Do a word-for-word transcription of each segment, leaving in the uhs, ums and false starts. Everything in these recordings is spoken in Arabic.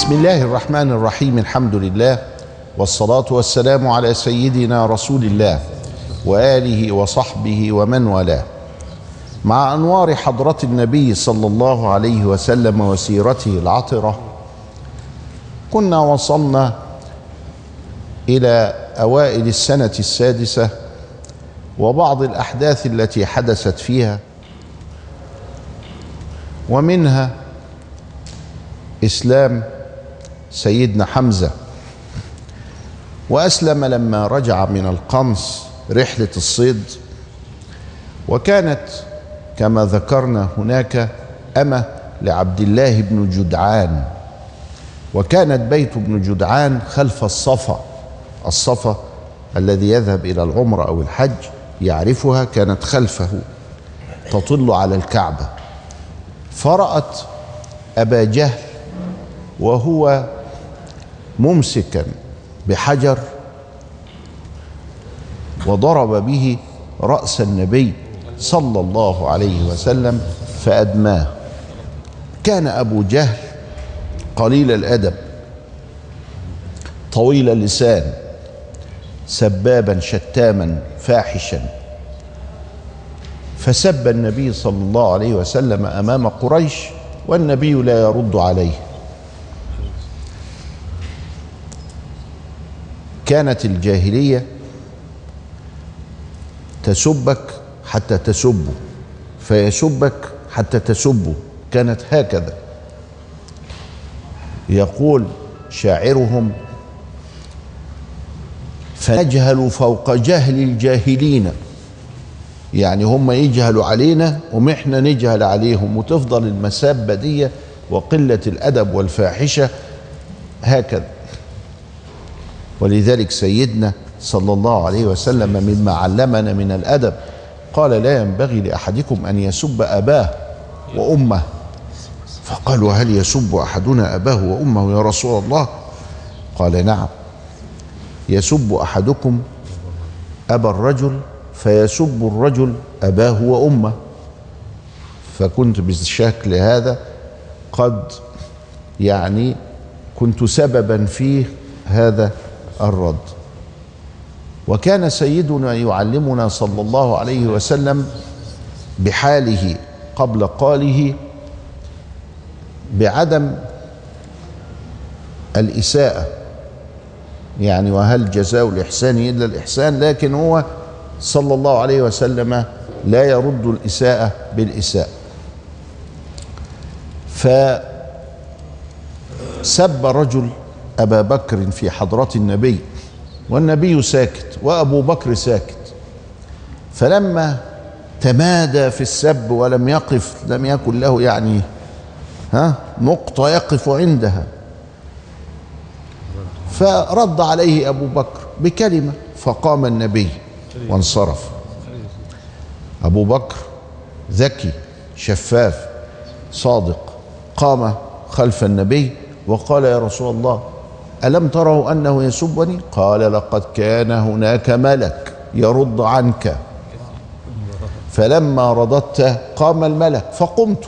بسم الله الرحمن الرحيم. الحمد لله والصلاة والسلام على سيدنا رسول الله وآله وصحبه ومن والاه. مع أنوار حضرة النبي صلى الله عليه وسلم وسيرته العطرة كنا وصلنا إلى أوائل السنة السادسة وبعض الأحداث التي حدثت فيها، ومنها إسلام سيدنا حمزة. وأسلم لما رجع من القنص رحلة الصيد، وكانت كما ذكرنا هناك أمة لعبد الله بن جدعان، وكانت بيت بن جدعان خلف الصفا. الصفا الذي يذهب إلى العمرة أو الحج يعرفها، كانت خلفه تطل على الكعبة. فرأت أبا جهل وهو ممسكا بحجر وضرب به رأس النبي صلى الله عليه وسلم فأدماه. كان أبو جهل قليل الأدب طويل اللسان سبابا شتاما فاحشا، فسب النبي صلى الله عليه وسلم أمام قريش والنبي لا يرد عليه. كانت الجاهلية تسبك حتى تسبه، فيسبك حتى تسبه، كانت هكذا. يقول شاعرهم: فنجهل فوق جهل الجاهلين، يعني هم يجهلوا علينا ومحنا نجهل عليهم، وتفضل المسابة دي وقلة الأدب والفاحشة هكذا. ولذلك سيدنا صلى الله عليه وسلم مما علمنا من الأدب قال: لا ينبغي لأحدكم أن يسب أباه وأمه. فقالوا: هل يسب أحدنا أباه وأمه يا رسول الله؟ قال: نعم، يسب أحدكم أبا الرجل فيسب الرجل أباه وأمه. فكنت بالشكل هذا قد يعني كنت سببا فيه هذا الرد. وكان سيدنا يعلمنا صلى الله عليه وسلم بحاله قبل قاله بعدم الإساءة، يعني وهل جزاء الإحسان إلا الإحسان، لكن هو صلى الله عليه وسلم لا يرد الإساءة بالإساءة. فسب رجل أبا بكر في حضرة النبي والنبي ساكت وأبو بكر ساكت، فلما تمادى في السب ولم يقف، لم يكن له يعني ها نقطة يقف عندها، فرد عليه أبو بكر بكلمة، فقام النبي وانصرف. أبو بكر ذكي شفاف صادق، قام خلف النبي وقال: يا رسول الله، ألم تروا أنه يسبني؟ قال: لقد كان هناك ملك يرد عنك، فلما رددت قام الملك فقمت.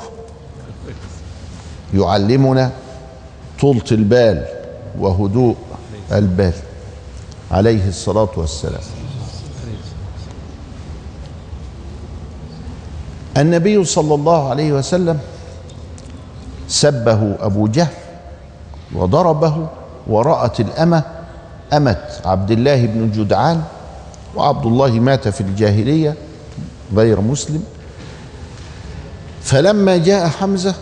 يعلمنا طولة البال وهدوء البال عليه الصلاة والسلام. النبي صلى الله عليه وسلم سبه أبو جهل وضربه، ورأت الأمة أمة عبد الله بن جدعان، وعبد الله مات في الجاهلية غير مسلم. فلما جاء حمزة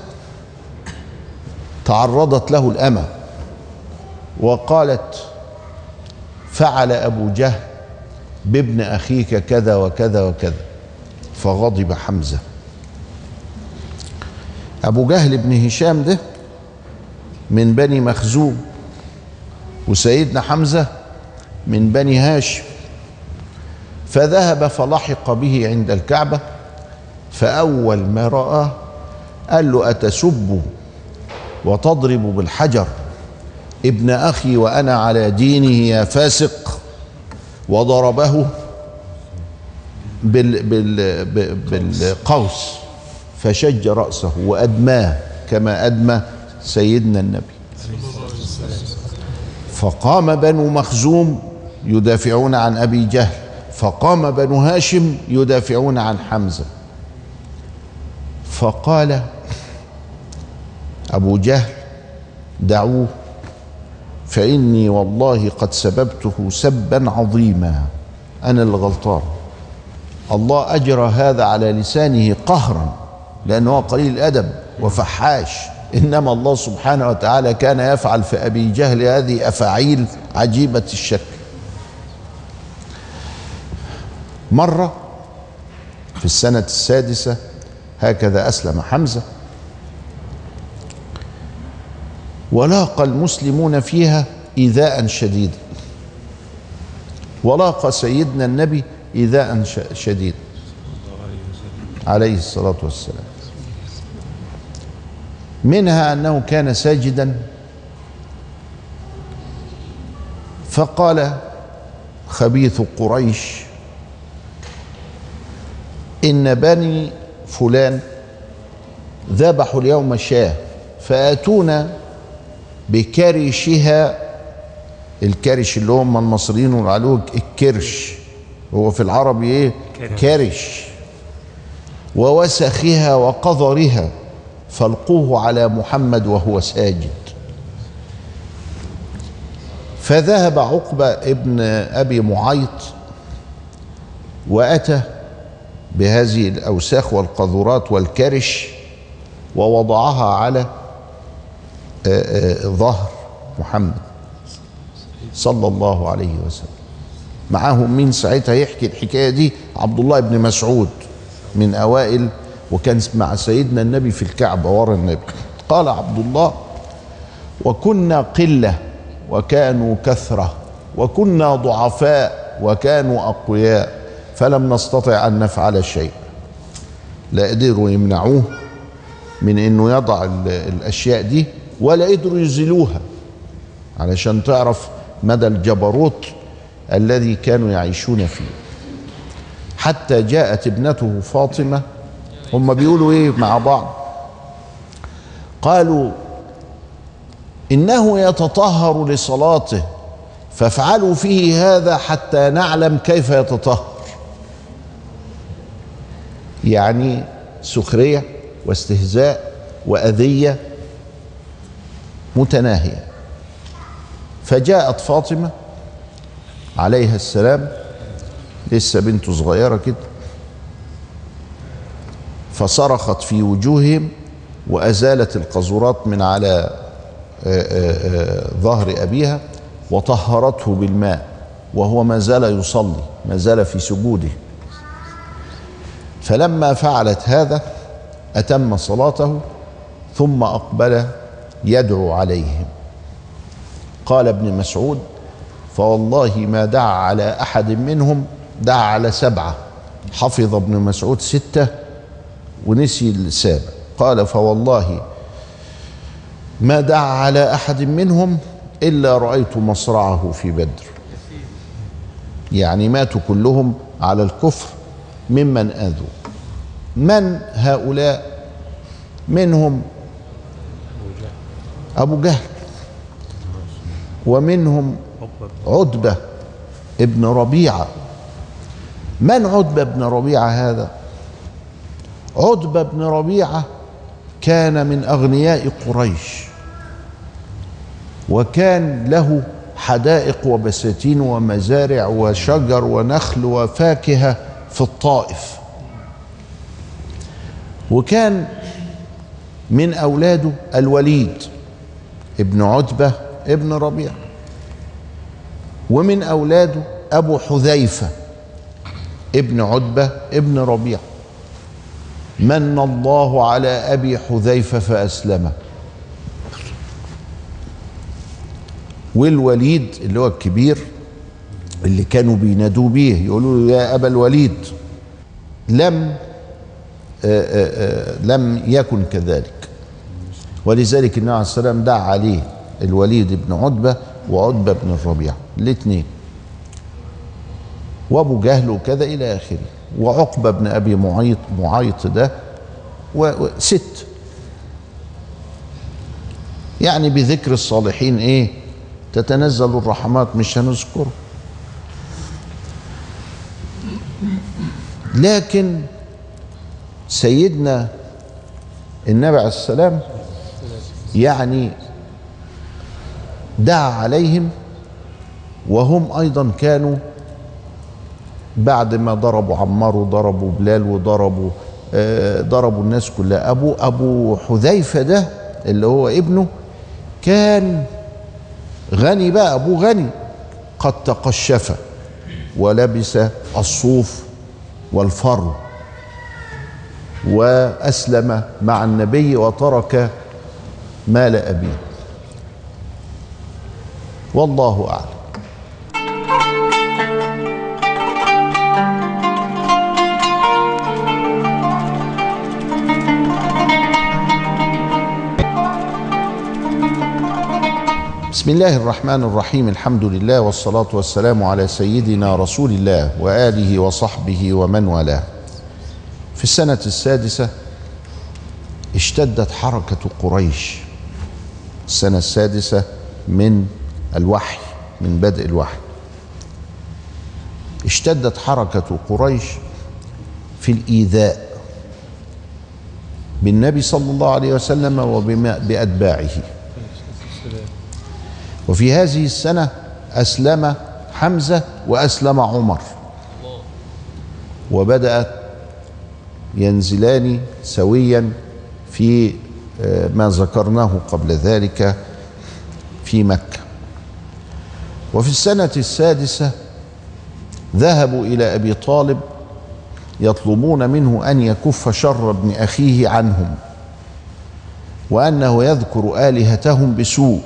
تعرضت له الأمة وقالت: فعل أبو جهل بابن أخيك كذا وكذا وكذا. فغضب حمزة. أبو جهل بن هشام ده من بني مخزوم، وسيدنا حمزة من بني هاشم. فذهب فلحق به عند الكعبة، فأول ما رآه قال له: أتسب وتضرب بالحجر ابن أخي وأنا على دينه يا فاسق؟ وضربه بال بال بالقوس فشج رأسه وأدماه كما أدمى سيدنا النبي. فقام بنو مخزوم يدافعون عن أبي جهل، فقام بنو هاشم يدافعون عن حمزة. فقال أبو جهل دعوه فإني والله قد سببته سبا عظيما، أنا الغلطان، الله أجرى هذا على لسانه قهرا لأنه قليل الأدب وفحاش، إنما الله سبحانه وتعالى كان يفعل في أبي جهل هذه أفاعيل عجيبة الشكل. مرة في السنة السادسة هكذا أسلم حمزة، ولاقى المسلمون فيها إيذاء شديدا، ولاقى سيدنا النبي إيذاء شديدا عليه الصلاة والسلام، منها أنه كان ساجدا فقال خبيث قريش إن بني فلان ذبحوا اليوم شاة فآتونا بكرشها، الكرش اللي هم المصريين وقالوه الكرش، هو في العربي ايه؟ كرش، ووسخها وقذرها فالقوه على محمد وهو ساجد. فذهب عقبة ابن أبي معيط وأتى بهذه الأوساخ والقذورات والكرش ووضعها على ظهر محمد صلى الله عليه وسلم. معاهم مين ساعتها يحكي الحكاية دي؟ عبد الله بن مسعود من أوائل، وكان مع سيدنا النبي في الكعبة ورا النبي. قال عبد الله وكنا قلة وكانوا كثرة، وكنا ضعفاء وكانوا أقوياء، فلم نستطع أن نفعل شيء. لا قدروا يمنعوه من أنه يضع الأشياء دي ولا قدروا يزيلوها، علشان تعرف مدى الجبروت الذي كانوا يعيشون فيه. حتى جاءت ابنته فاطمة، هم بيقولوا ايه مع بعض؟ قالوا إنه يتطهر لصلاته فافعلوا فيه هذا حتى نعلم كيف يتطهر. يعني سخرية واستهزاء وأذية متناهية. فجاءت فاطمة عليها السلام لسه بنت صغيرة كده، فصرخت في وجوههم وأزالت القذورات من على ظهر أبيها وطهرته بالماء وهو ما زال يصلي، ما زال في سجوده. فلما فعلت هذا أتم صلاته ثم أقبل يدعو عليهم. قال ابن مسعود فوالله ما دعا على أحد منهم، دعا على سبعة، حفظ ابن مسعود ستة ونسي السابع. قال فوالله ما دعا على أحد منهم إلا رأيت مصرعه في بدر. يعني ماتوا كلهم على الكفر ممن آذوا. من هؤلاء؟ منهم أبو جهل، ومنهم عتبة ابن ربيعة. من عتبة ابن ربيعة هذا؟ عتبة ابن ربيعة كان من أغنياء قريش، وكان له حدائق وبساتين ومزارع وشجر ونخل وفاكهة في الطائف، وكان من أولاده الوليد ابن عتبة ابن ربيعة، ومن أولاده أبو حذيفة ابن عتبة ابن ربيعة. من الله على أبي حذيفة فأسلمه. والوليد اللي هو الكبير اللي كانوا بينادوا بيه يقولوا له يا أبا الوليد، لم آآ آآ لم يكن كذلك، ولذلك النبي عليه الصلاة والسلام دعا عليه الوليد بن عتبة وعتبة بن الربيع الاثنين، وابو جهل وكذا الى اخره، وعقبة بن ابي معيط معيط ده وست. يعني بذكر الصالحين ايه تتنزل الرحمات مش هنذكره. لكن سيدنا النبي عليه السلام يعني دعا عليهم، وهم أيضا كانوا بعد ما ضربوا عمار وضربوا بلال وضربوا آه ضربوا الناس كلها. أبو أبو حذيفة ده اللي هو ابنه كان غني بقى، أبوه غني، قد تقشف ولبس الصوف والفرو وأسلم مع النبي وترك مال أبيه. والله أعلم. بسم الله الرحمن الرحيم. الحمد لله والصلاة والسلام على سيدنا رسول الله وآله وصحبه ومن والاه. في السنة السادسة اشتدت حركة قريش، السنة السادسة من الوحي، من بدء الوحي، اشتدت حركة قريش في الإيذاء بالنبي صلى الله عليه وسلم وبأتباعه. وفي هذه السنة أسلم حمزة وأسلم عمر، وبدأت ينزلان سويا في ما ذكرناه قبل ذلك في مكة. وفي السنة السادسة ذهبوا إلى أبي طالب يطلبون منه أن يكف شر ابن أخيه عنهم، وأنه يذكر آلهتهم بسوء.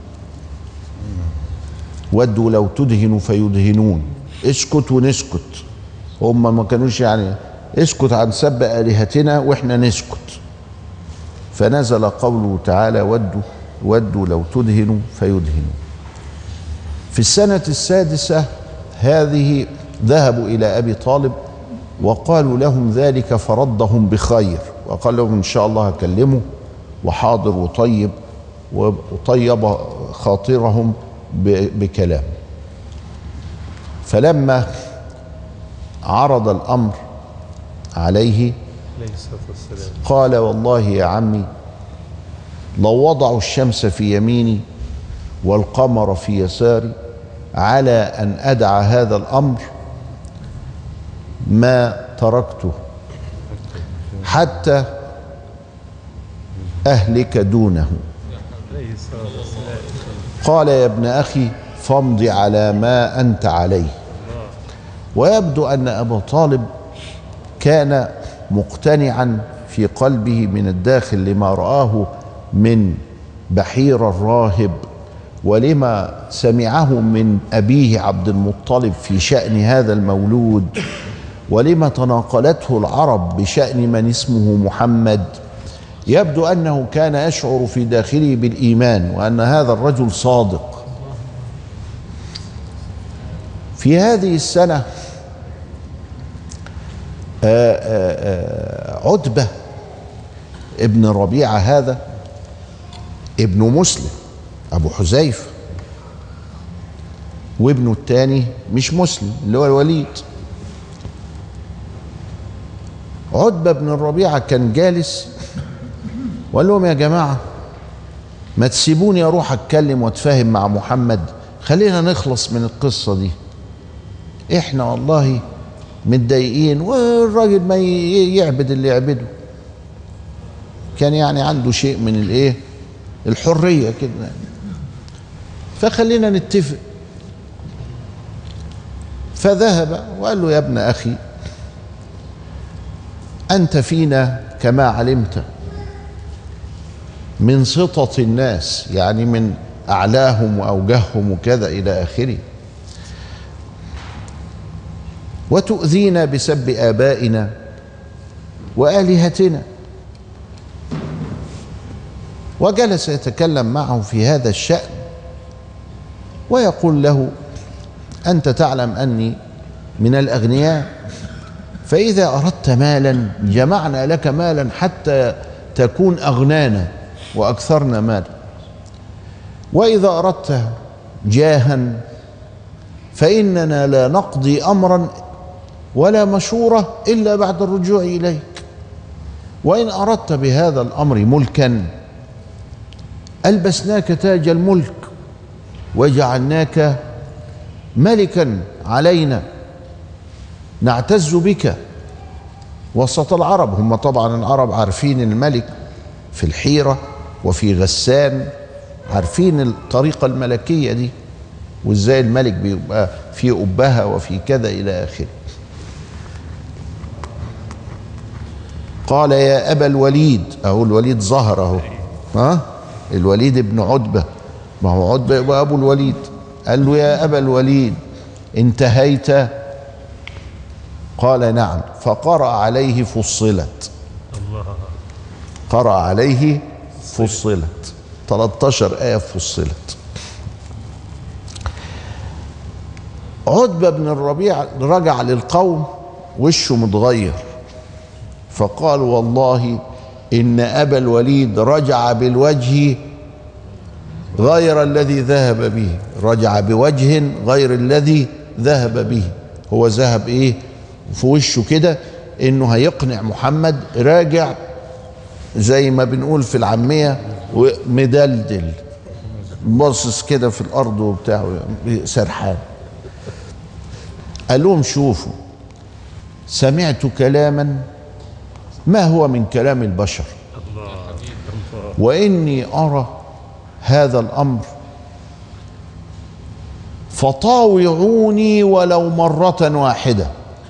ودوا لو تدهنوا فيدهنون، اسكت ونسكت. هم ما كانوش يعني اسكت عن سب آلهتنا واحنا نسكت. فنزل قوله تعالى ودوا ودوا لو تدهنوا فيدهنوا. في السنة السادسة هذه ذهبوا إلى أبي طالب وقالوا لهم ذلك فردهم بخير، وقال لهم إن شاء الله هكلمه وحاضر وطيب، وطيب خاطرهم بكلام. فلما عرض الأمر عليه قال والله يا عمي لو وضعوا الشمس في يميني والقمر في يساري على أن أدع هذا الأمر ما تركته حتى أهلك دونه. قال يا ابن أخي فامض على ما أنت عليه. ويبدو أن أبا طالب كان مقتنعا في قلبه من الداخل لما رآه من بحير الراهب ولما سمعه من أبيه عبد المطلب في شأن هذا المولود، ولما تناقلته العرب بشأن من اسمه محمد. يبدو أنه كان يشعر في داخله بالإيمان وأن هذا الرجل صادق. في هذه السنة آآ آآ عتبة ابن ربيعة هذا ابن مسلم أبو حذيفة، وابنه الثاني مش مسلم اللي هو الوليد. عتبة بن الربيعة كان جالس وقال لهم يا جماعة ما تسيبوني أروح أتكلم وأتفاهم مع محمد، خلينا نخلص من القصة دي، إحنا والله متضايقين، والراجل ما يعبد اللي يعبده. كان يعني عنده شيء من الإيه الحرية كده، فخلينا نتفق. فذهب وقال له يا ابن أخي أنت فينا كما علمت من سطة الناس، يعني من أعلاهم وأوجههم وكذا إلى آخره، وتؤذينا بسب آبائنا وآلهتنا. وجلس يتكلم معه في هذا الشأن ويقول له أنت تعلم أني من الأغنياء، فإذا أردت مالا جمعنا لك مالا حتى تكون أغنانا وأكثرنا مالا، وإذا أردت جاها فإننا لا نقضي أمرا ولا مشورة إلا بعد الرجوع إليك، وإن أردت بهذا الأمر ملكا ألبسناك تاج الملك وجعلناك ملكا علينا نعتز بك وسط العرب. هم طبعا العرب عارفين الملك في الحيرة وفي غسان، عارفين الطريقة الملكية دي وازاي الملك بيبقى في أبهة وفي كذا إلى آخره. قال يا أبا الوليد، أهو الوليد ظهر أهو، ها الوليد ابن عتبة، ما هو عتبة يبقى أبو الوليد. قال له يا أبا الوليد انتهيت؟ قال نعم. فقرأ عليه فصلت، قرأ عليه فصلت، ثلاثة عشر آية فصلت. عتبة بن الربيع رجع للقوم وشه متغير، فقال والله إن أبا الوليد رجع بالوجه غير الذي ذهب به، رجع بوجه غير الذي ذهب به. هو ذهب إيه في وشه كده إنه هيقنع محمد، راجع زي ما بنقول في العامية مدلدل، باصص كده في الأرض وبتاع سرحان. قال لهم شوفوا، سمعت كلاما ما هو من كلام البشر، وإني أرى هذا الأمر فطاوعوني ولو مرة واحدة،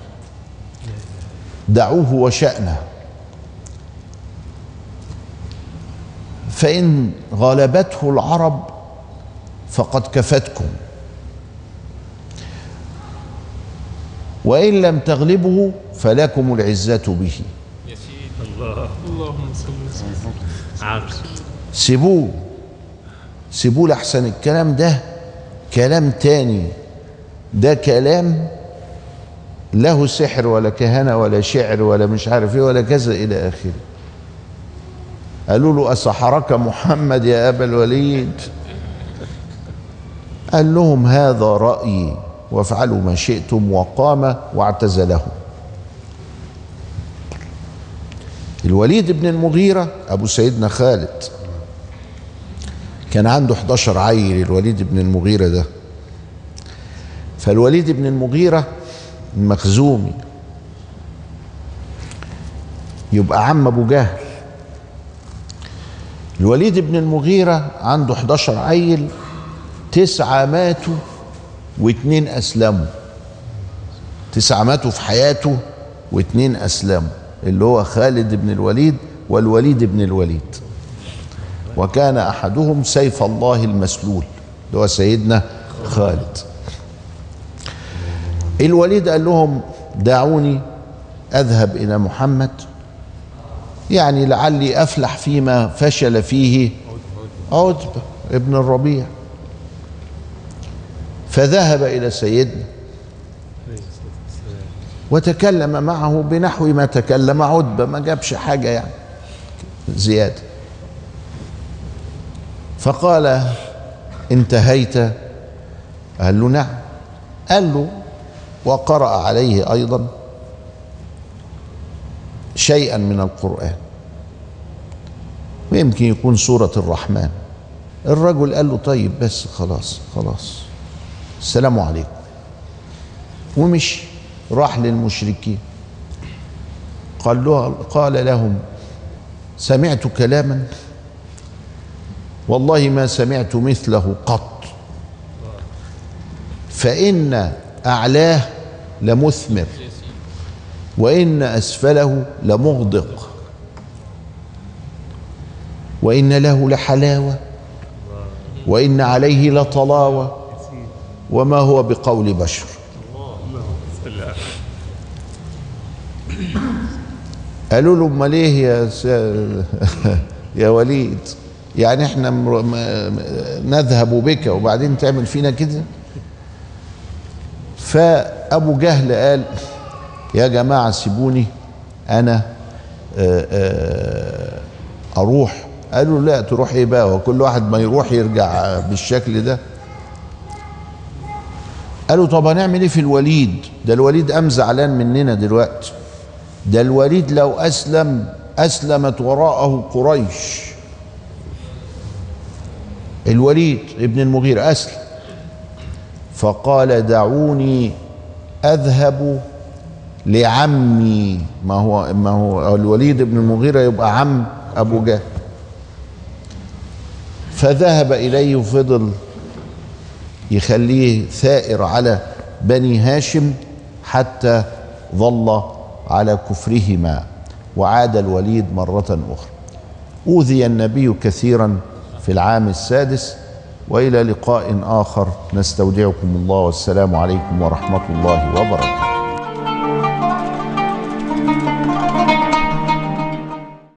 دعوه وشأنه، فإن غلبته العرب فقد كفتكم، وإن لم تغلبه فلكم العزة به. الله اللهم صل وسلم. سيبوه سيبوه لأحسن الكلام ده كلام تاني، ده كلام له سحر ولا كهنة ولا شعر ولا مش عارف ايه ولا كذا إلى آخره. قالوا له أسحرك محمد يا أبا الوليد؟ قال لهم هذا رأيي وافعلوا ما شئتم، وقام واعتزلهم. الوليد بن المغيرة أبو سيدنا خالد كان عنده احد عشر عيل الوليد بن المغيرة ده. فالوليد بن المغيرة المخزومي يبقى عم أبو جهل. الوليد بن المغيرة عنده احد عشر عيل، تسعة ماتوا واتنين أسلموا، تسعة ماتوا في حياته واتنين أسلموا، اللي هو خالد بن الوليد والوليد بن الوليد. وكان أحدهم سيف الله المسلول اللي هو سيدنا خالد. الوليد قال لهم دعوني أذهب إلى محمد، يعني لعلي أفلح فيما فشل فيه عتبة ابن الربيع. فذهب إلى سيدنا وتكلم معه بنحو ما تكلم عتبة، ما جابش حاجة يعني زيادة. فقال انتهيت؟ قال له نعم. قال له وقرأ عليه أيضا شيئا من القرآن، ويمكن يكون سورة الرحمن. الرجل قال له طيب بس خلاص خلاص السلام عليكم، ومشي راح للمشركين. قال له قال لهم سمعت كلاما والله ما سمعت مثله قط، فإن أعلاه لمثمر وإن أسفله لمغدق، وإن له لحلاوة وإن عليه لطلاوة، وما هو بقول بشر. قالوا له امال ايه يا يا وليد، يعني احنا نذهب بك وبعدين تعمل فينا كده؟ فأبو جهل قال يا جماعة سيبوني أنا أروح. قالوا لا تروح ايه بقى، وكل واحد ما يروح يرجع بالشكل ده. قالوا طب هنعمل ايه في الوليد؟ ده الوليد قام زعلان مننا دلوقتي، ده الوليد لو أسلم أسلمت وراءه قريش. الوليد ابن المغيرة أسلم، فقال دعوني أذهب لعمي. ما هو ما هو الوليد ابن المغيرة يبقى عم أبو جهل. فذهب إليه وفضل يخليه ثائر على بني هاشم حتى ظل على كفرهما، وعاد الوليد مرة أخرى. أوذي النبي كثيرا في العام السادس. وإلى لقاء آخر نستودعكم الله، والسلام عليكم ورحمة الله وبركاته.